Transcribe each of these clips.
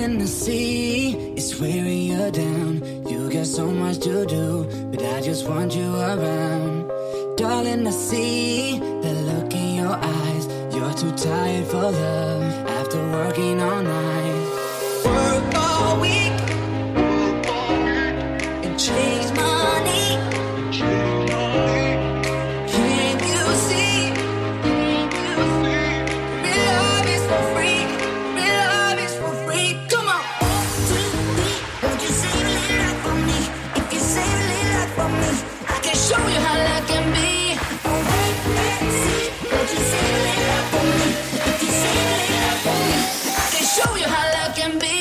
Darling, the sea is wearing you down. You got so much to do, but I just want you around. Darling, I see the look in your eyes. You're too tired for love after working all night. Work all week and chase money. Can't you see? Real love is for free. Real love is for free. Come on. 1, 2, 3. Won't you save a little love for me? If you save a little love for me, I can show you how love can be. Oh, wait and see. Won't you save a little love for me? If you save a little love for me, I can show you how love can be.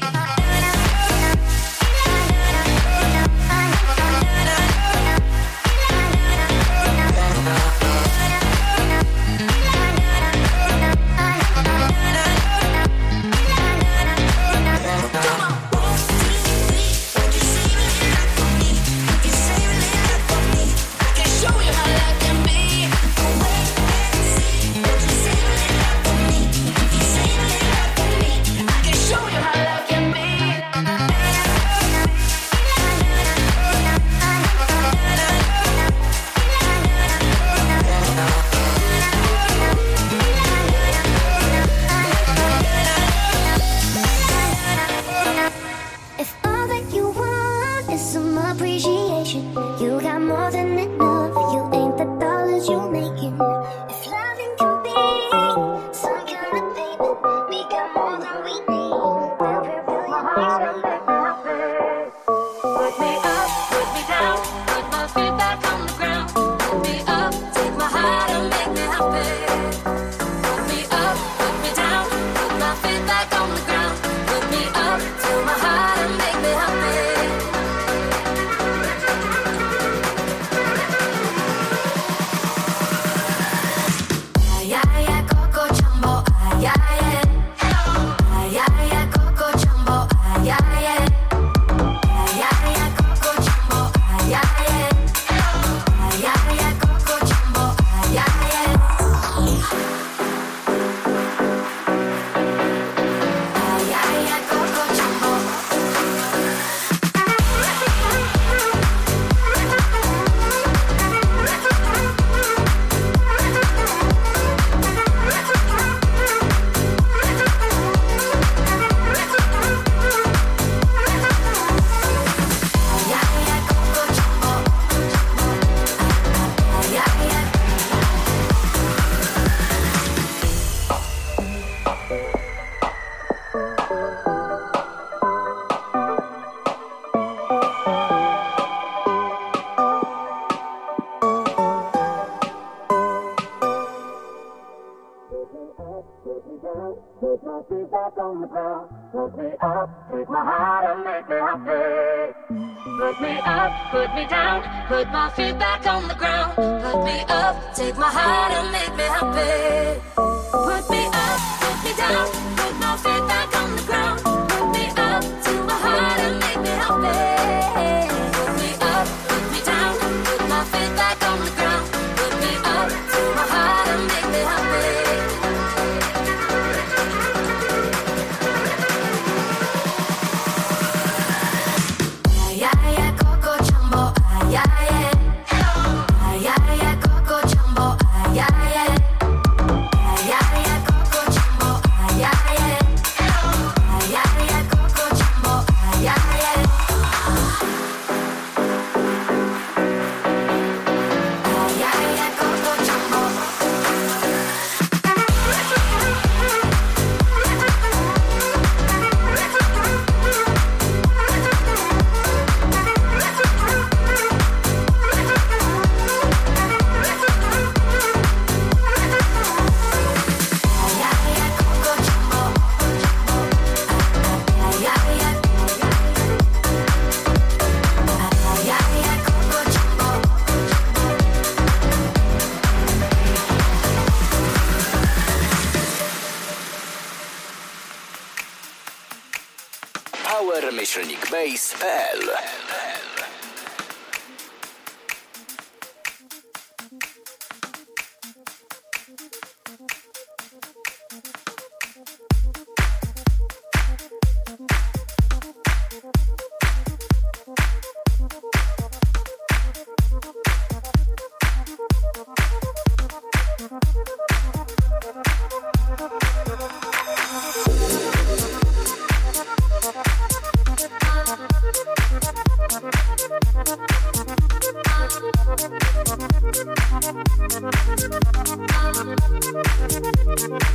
power-base.pl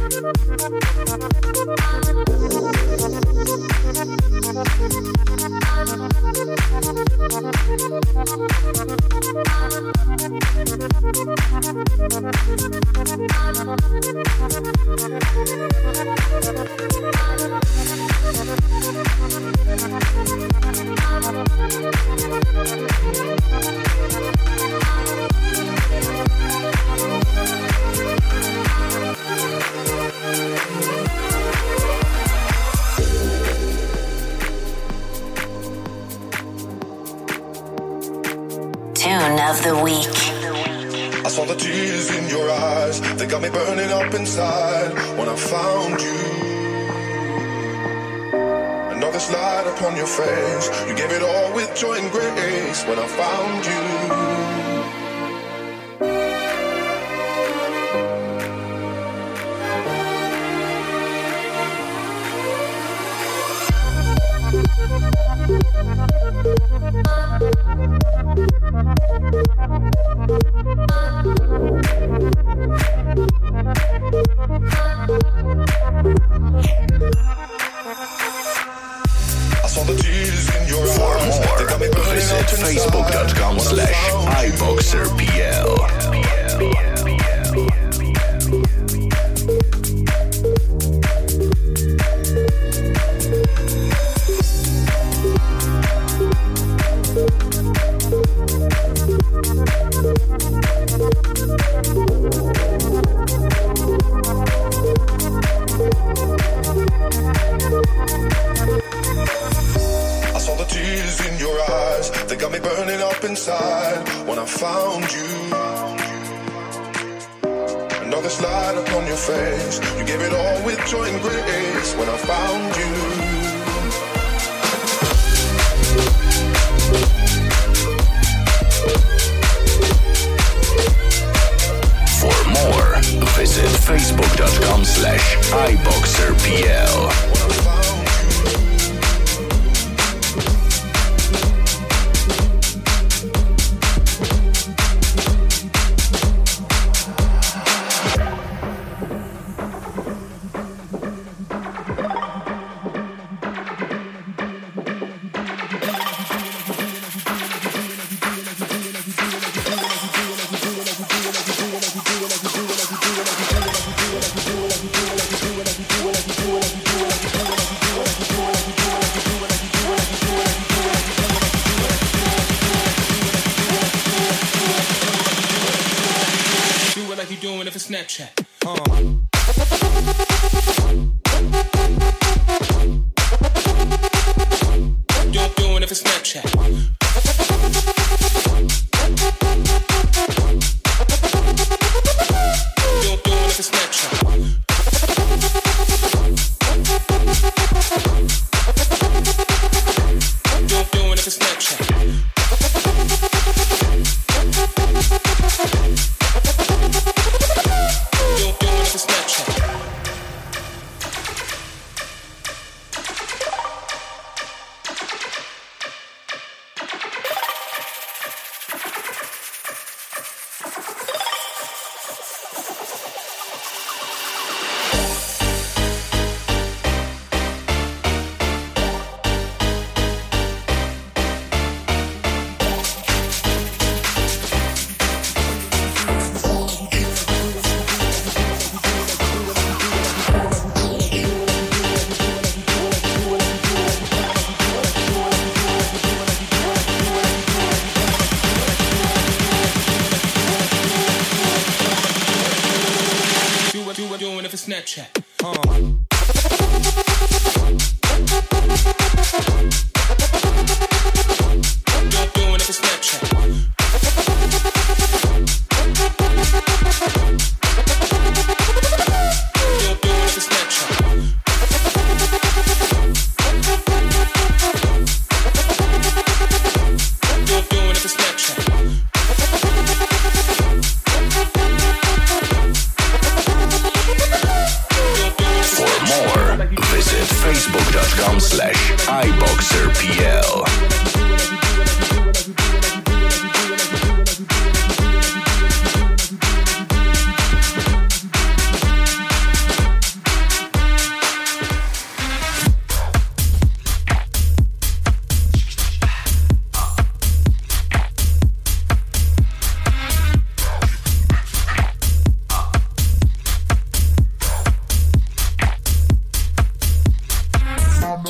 Of the week. I saw the tears in your eyes, they got me burning up inside when I found you. Another slide upon your face, you gave it all with joy and grace when I found you. Facebook.com/iBoxerPL. When I found you, another slide upon your face, you gave it all with joy and grace when I found you. For more, visit Facebook.com/iBoxerPL. Snapchat. You're doing it for Snapchat. You're doing it for Snapchat. You're doing it for Snapchat. Snapchat. You're doing it for Snapchat. You're doing it for Snapchat. You're doing it for Snapchat. Visit Facebook.com/iBoxerPL.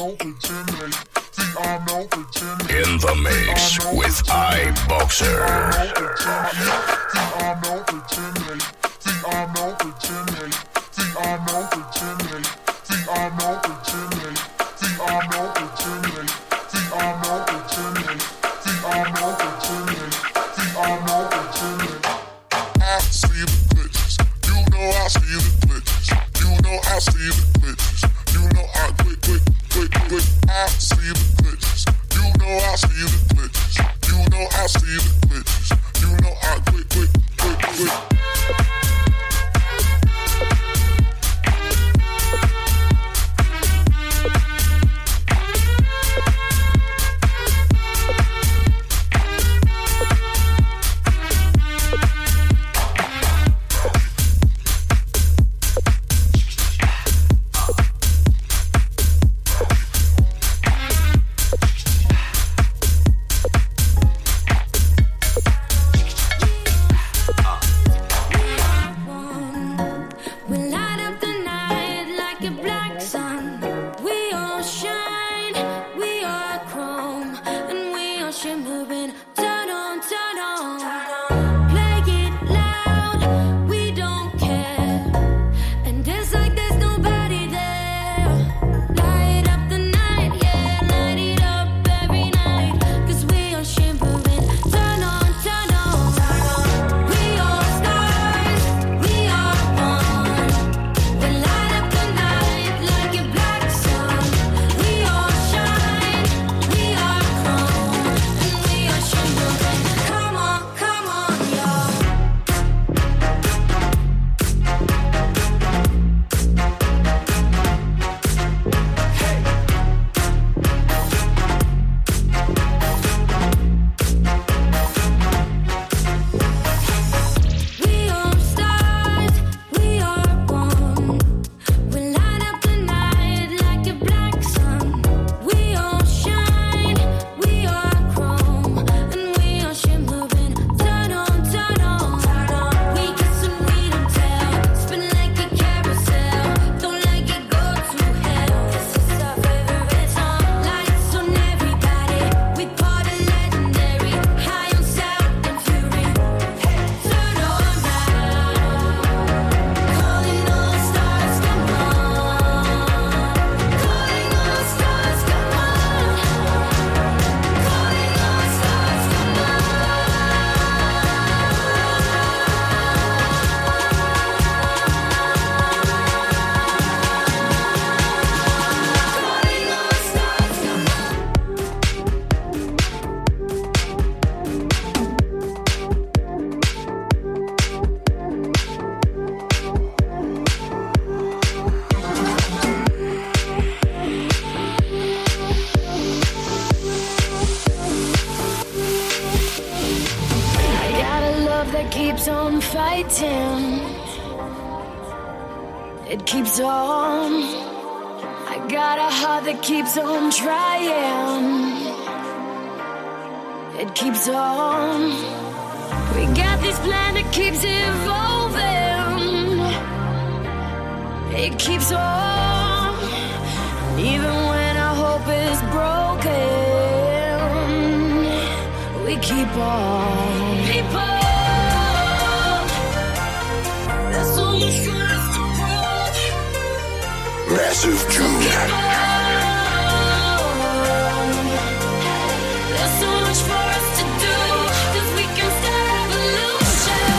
In the mix with iBoxer. keeps on fighting. It keeps on. I got a heart that keeps on trying. It keeps on. We got this plan that keeps evolving. It keeps on. Even when our hope is broken, we keep on. People, there's so much for us to prove. Massive June. There's so much for us to do, 'cause we can start a revolution.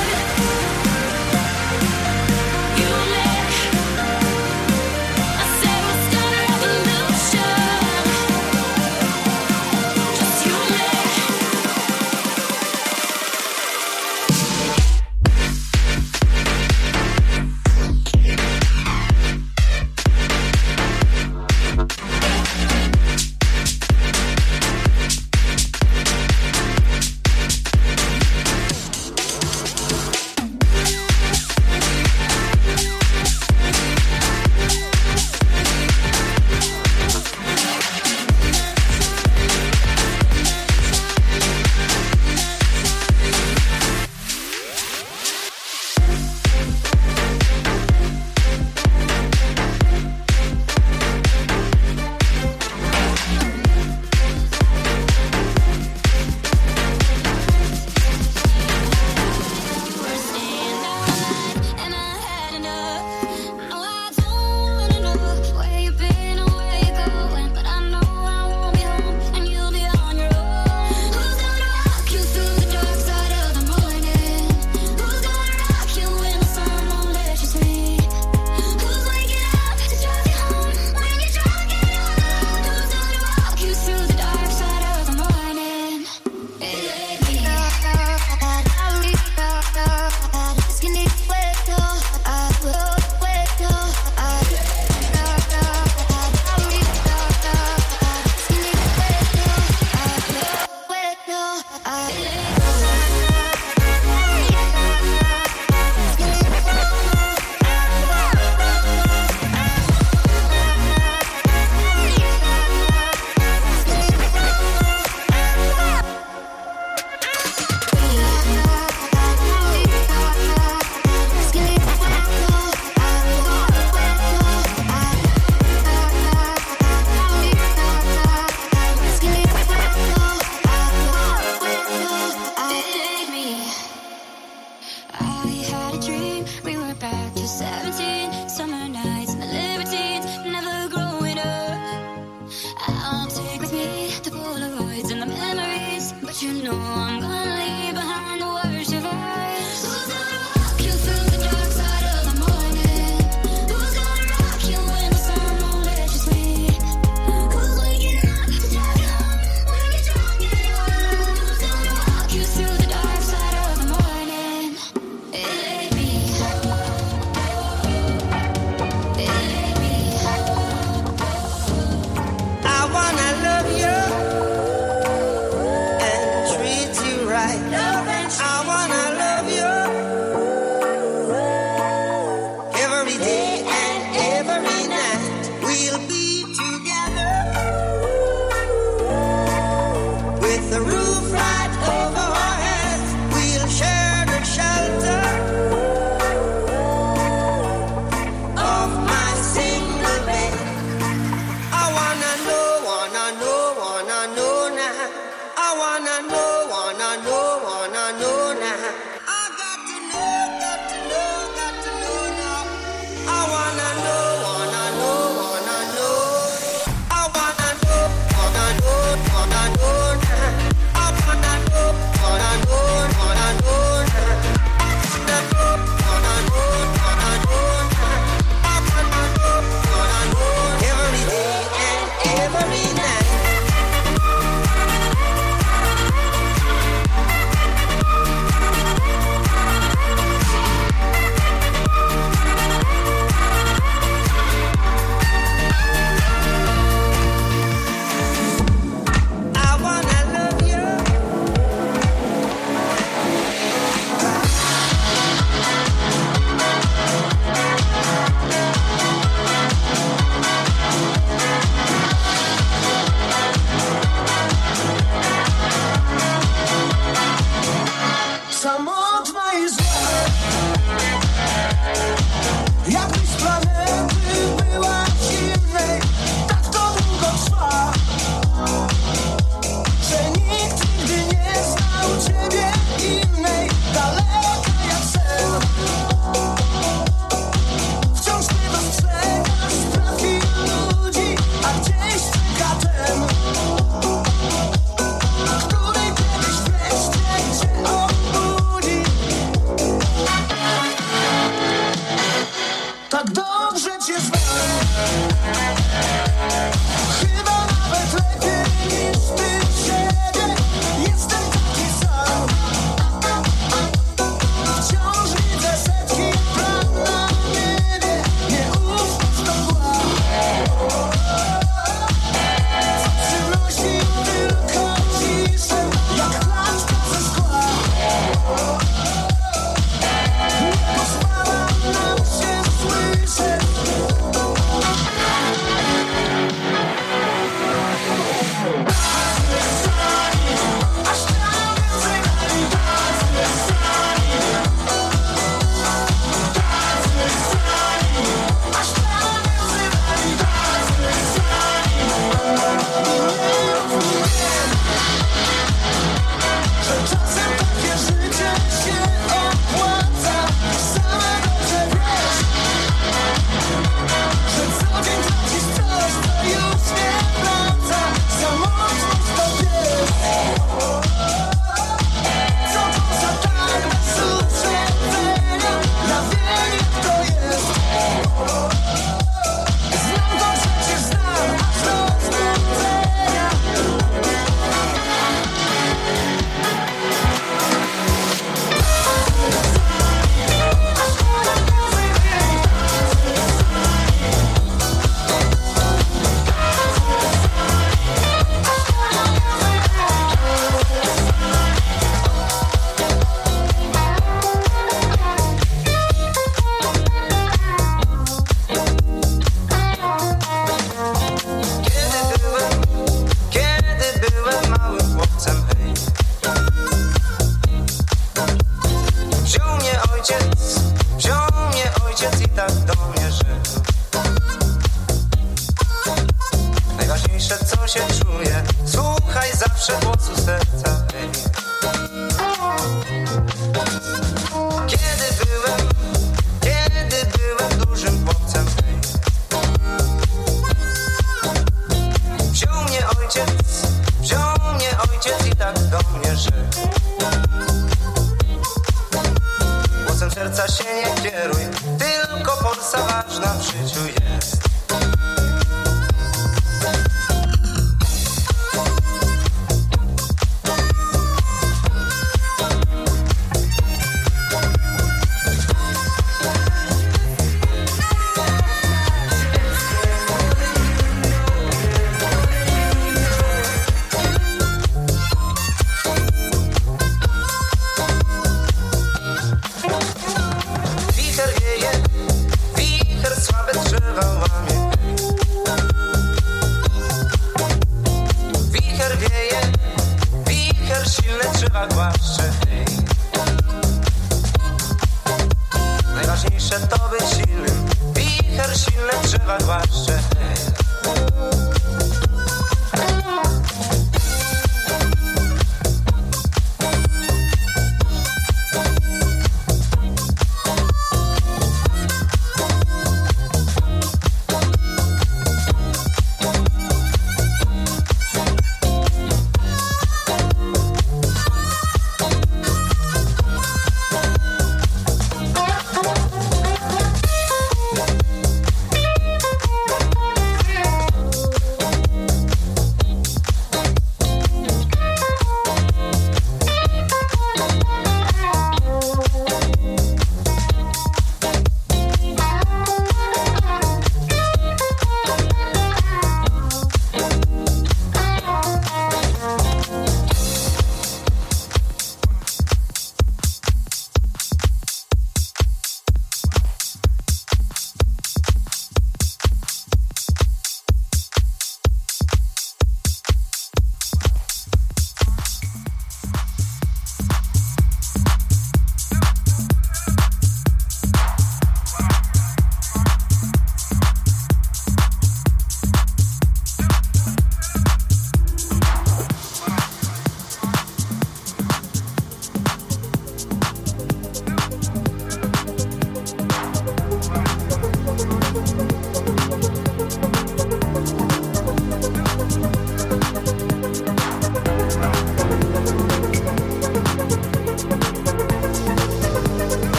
You and me, I said we'll start a revolution. Just you and me.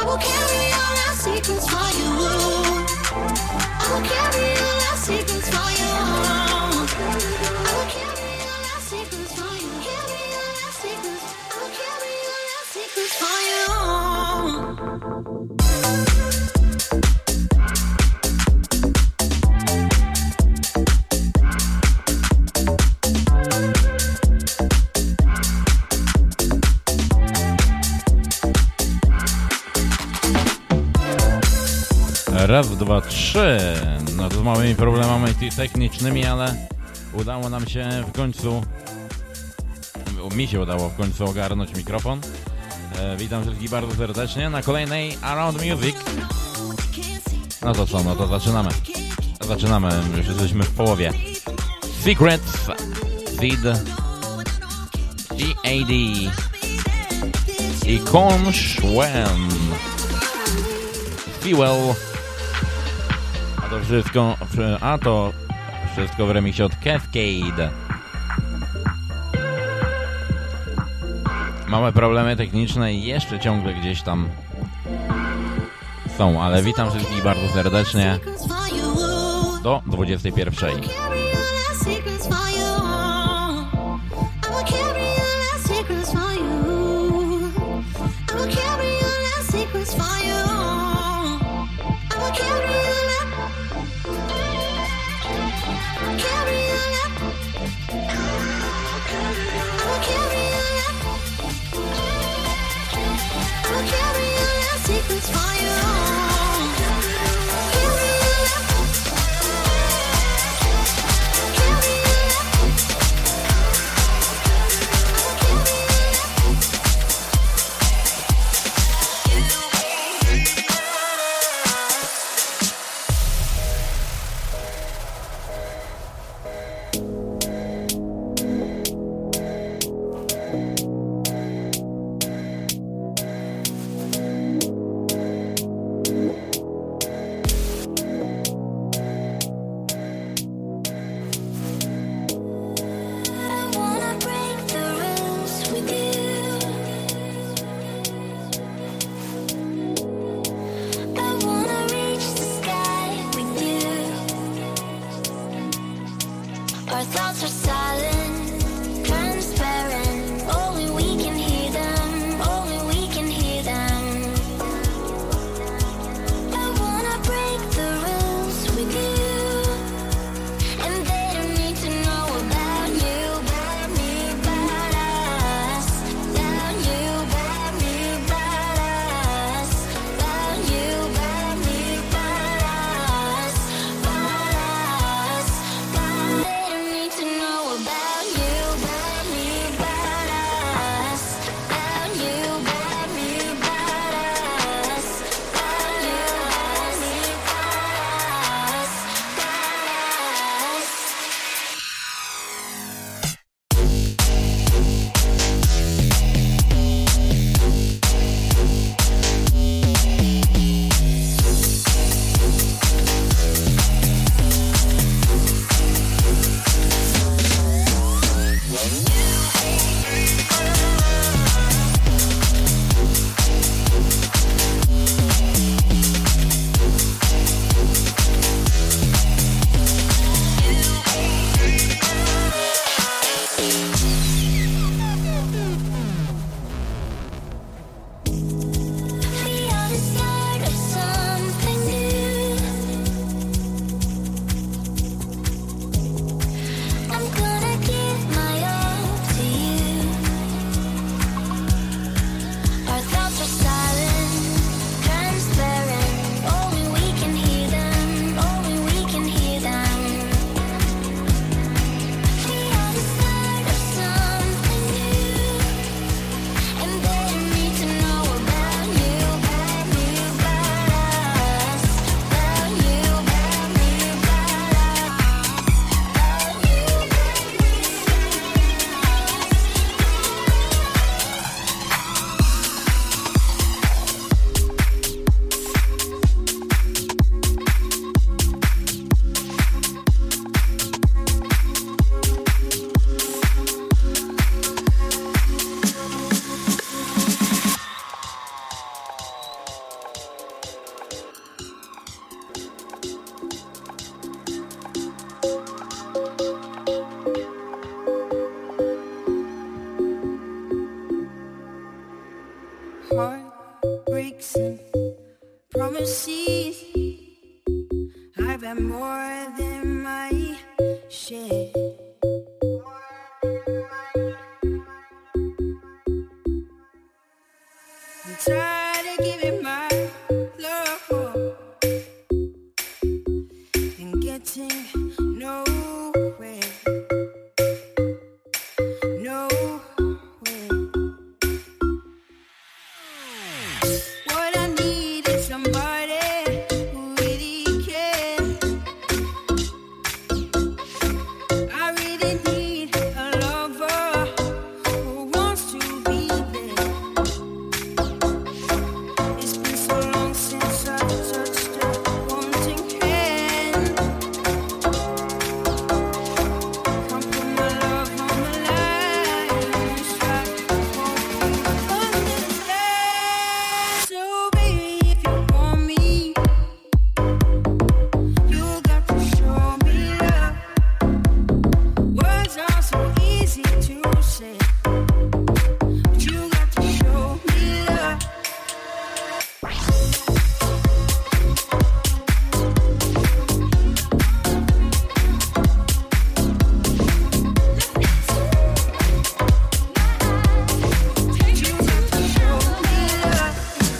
will carry all our secrets for you. I will carry all our secrets for you. I will carry all our secrets for you. Carry all our secrets. I will carry all our secrets for you. Raz, dwa, trzy. No to z małymi problemami technicznymi, ale udało nam się w końcu, mi się udało w końcu ogarnąć mikrofon. Witam wszystkich bardzo serdecznie na kolejnej Around Music. No to co, no to zaczynamy. Już jesteśmy w połowie. Secrets, Seed, G.A.D. i Con Schwen. Fuel. A to wszystko w remiksie od Cascade. Małe problemy techniczne jeszcze ciągle gdzieś tam są, ale witam wszystkich bardzo serdecznie do 21. bricks and promises. I've had more than my share. I'm tired of giving my love and getting nowhere. What I need is somebody who really cares. I really need a lover who wants to be there. It's been so long since I touched a wanting hand. Come put my love on the line and strike home. Understand? So baby, if you want me, you got to show me love. Words are so easy to say, but you got to show me love. You got to show me love.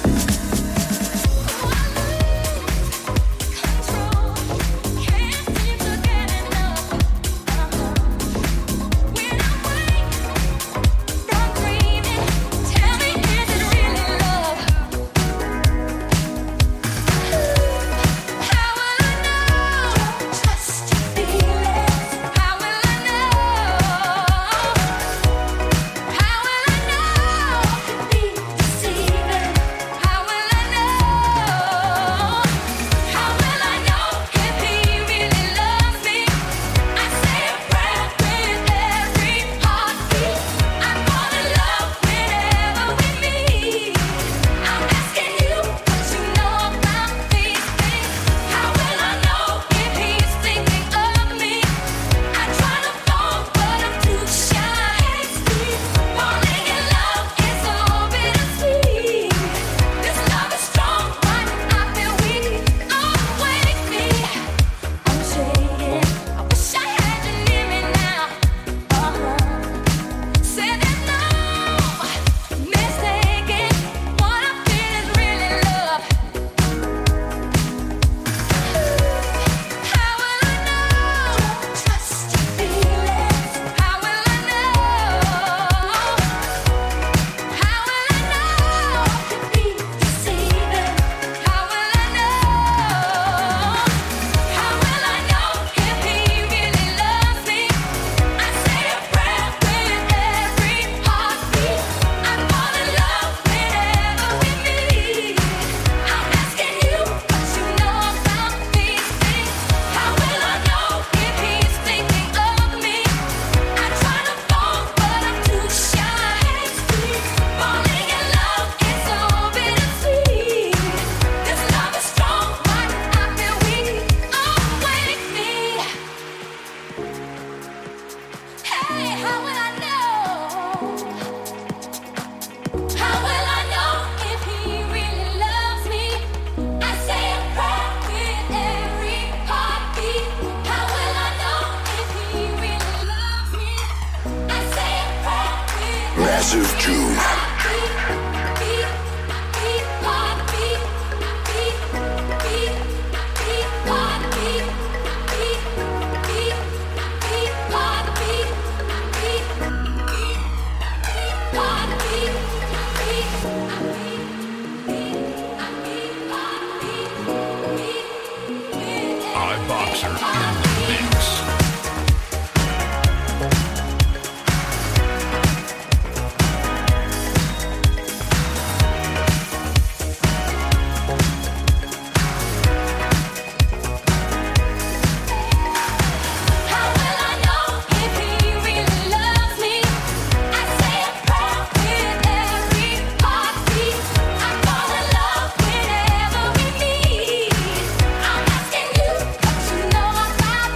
Massive June. iBoxer in the mix. I'm asking you, but you know about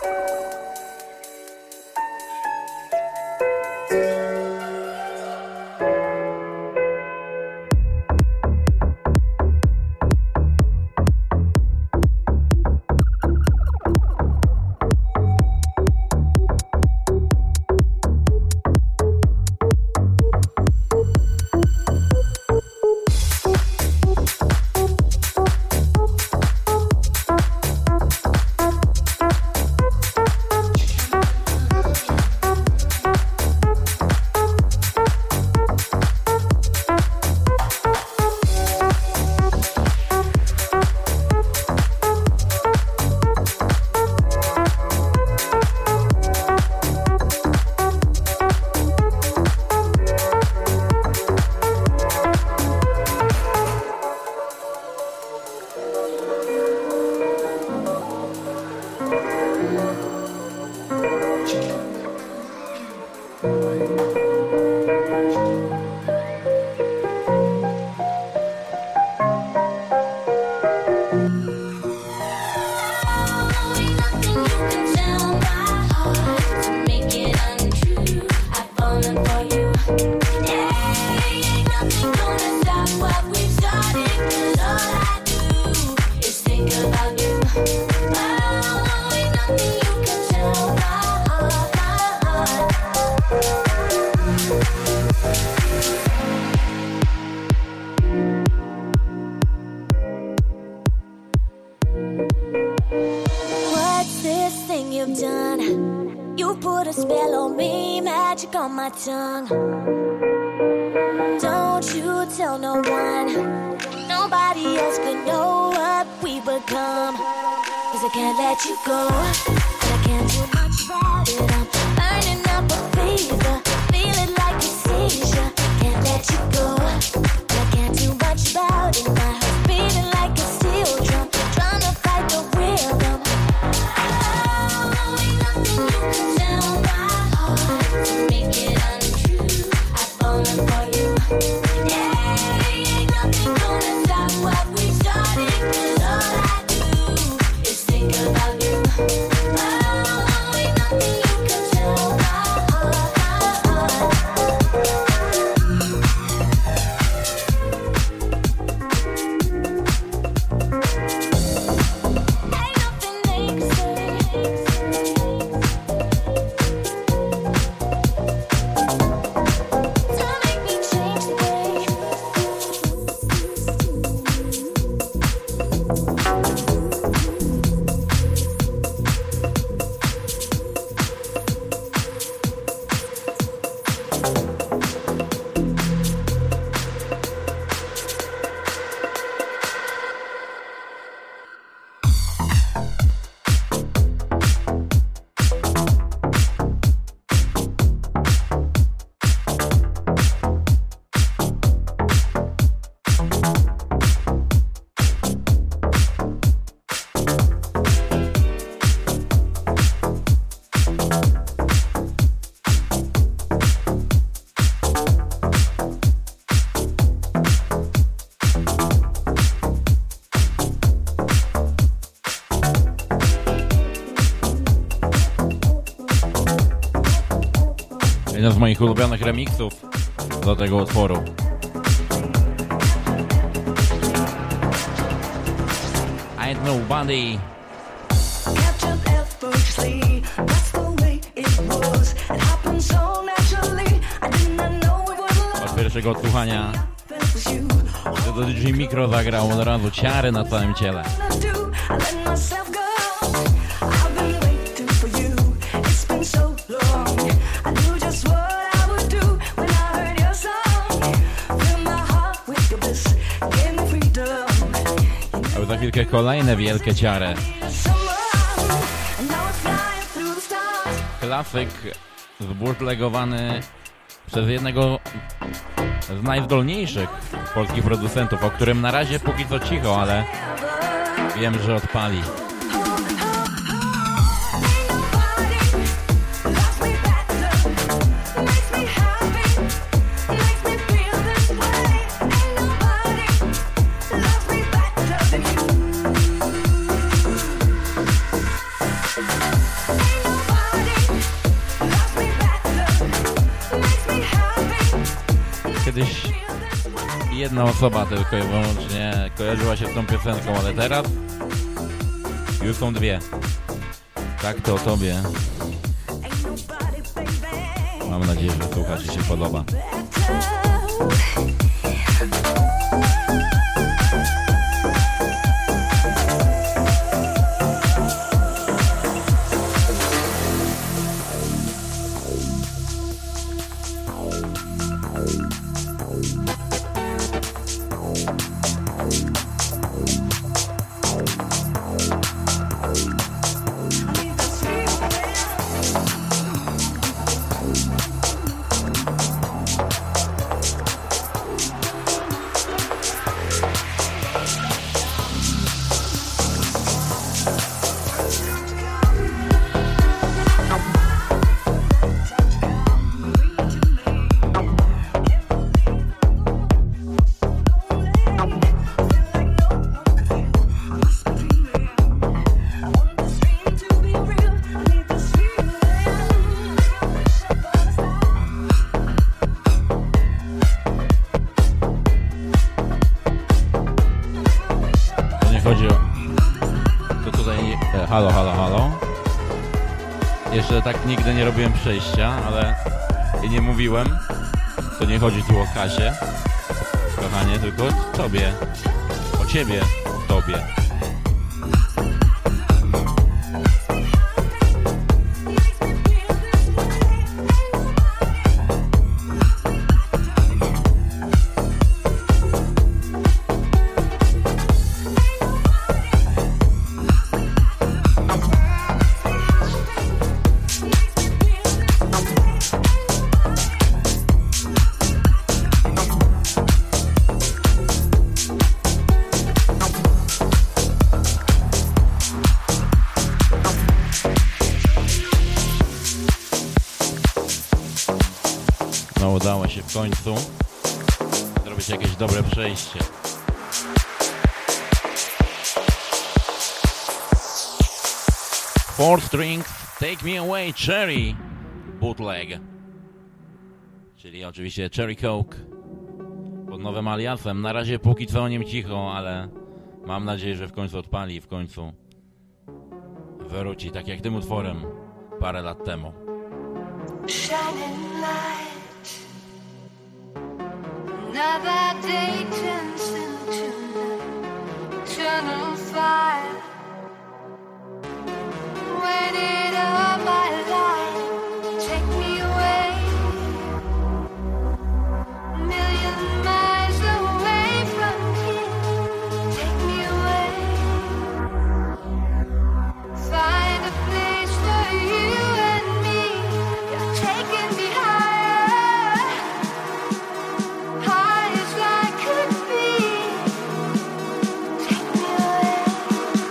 Tongue. Don't you tell no one. Nobody else could know what we become. 'Cause I can't let you go, and I can't do much about it. I'm burning up a fever, feeling like a seizure. Can't let you go, and I can't do much about it. My heart's beating like a steel drum, trying to fight the rhythm. Oh, ain't nothing you can tell my heart to make it for you. Yeah, ain't nothing gonna stop what we started. 'Cause all I do is think about you. Oh, ain't nothing you can tell my heart. Ain't nothing they can say. Jeden z moich ulubionych remixów do tego utworu. Ain't Nobody. Od pierwszego odsłuchania to DJ Mikro zagrał od razu ciary na całym ciele. Za chwilkę kolejne wielkie ciary. Klasyk zbootlegowany przez jednego z najzdolniejszych polskich producentów, o którym na razie póki co cicho, ale wiem, że odpali. kiedyś jedna osoba tylko i wyłącznie kojarzyła się z tą piosenką, ale teraz już są dwie. Tak to o tobie. Mam nadzieję, że słuchacie się podoba. Halo. Jeszcze tak nigdy nie robiłem przejścia, ale i nie mówiłem. To nie chodzi tu o Kasię, kochanie, tylko o tobie. O ciebie, tobie. Udało się w końcu zrobić jakieś dobre przejście. Four Strings, Take Me Away, Cherry Bootleg. Czyli oczywiście Cherry Coke pod nowym aliasem. Na razie póki co o nim cicho, ale mam nadzieję, że w końcu odpali, w końcu wróci, tak jak tym utworem parę lat temu. Shining light. Another day turns into night. Eternal fire. When it all my life, take me away. A million miles away from here. Take me away. Find a place for you and me. You're taking me higher. High as I could be. Take me away.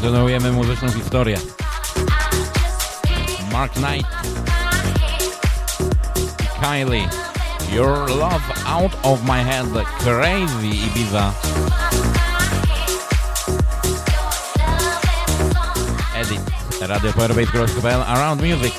Kontynuujemy muzyczną historię. Mark Knight, Kylie, Your Love Out of My Head, Crazy Ibiza. Edit, Radio Powerbase.pl, Around Music.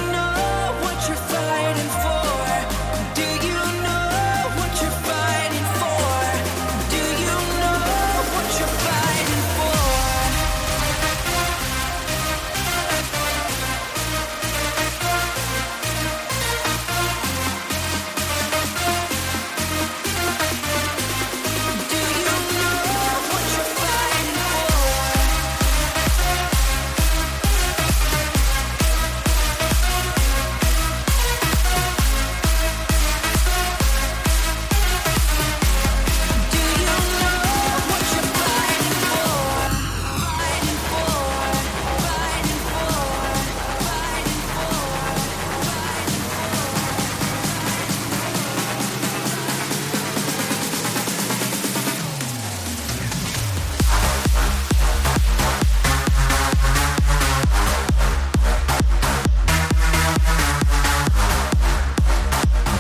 What you're fighting for? Do you know what you're fighting for?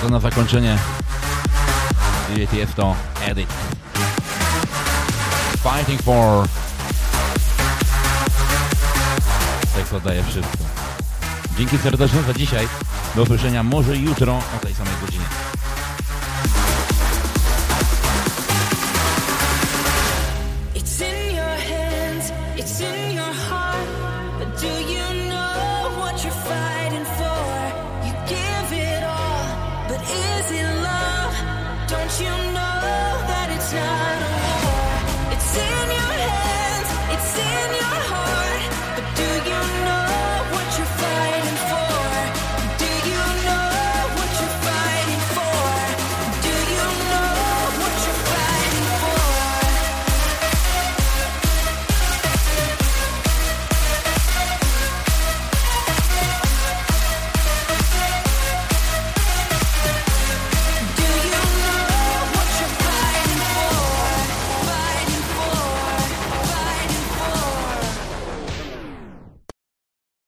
to na zakończenie jest to Edit. Fighting for. Tekst oddaje wszystko. Dzięki serdecznie za dzisiaj. Do usłyszenia może jutro o tej samej godzinie.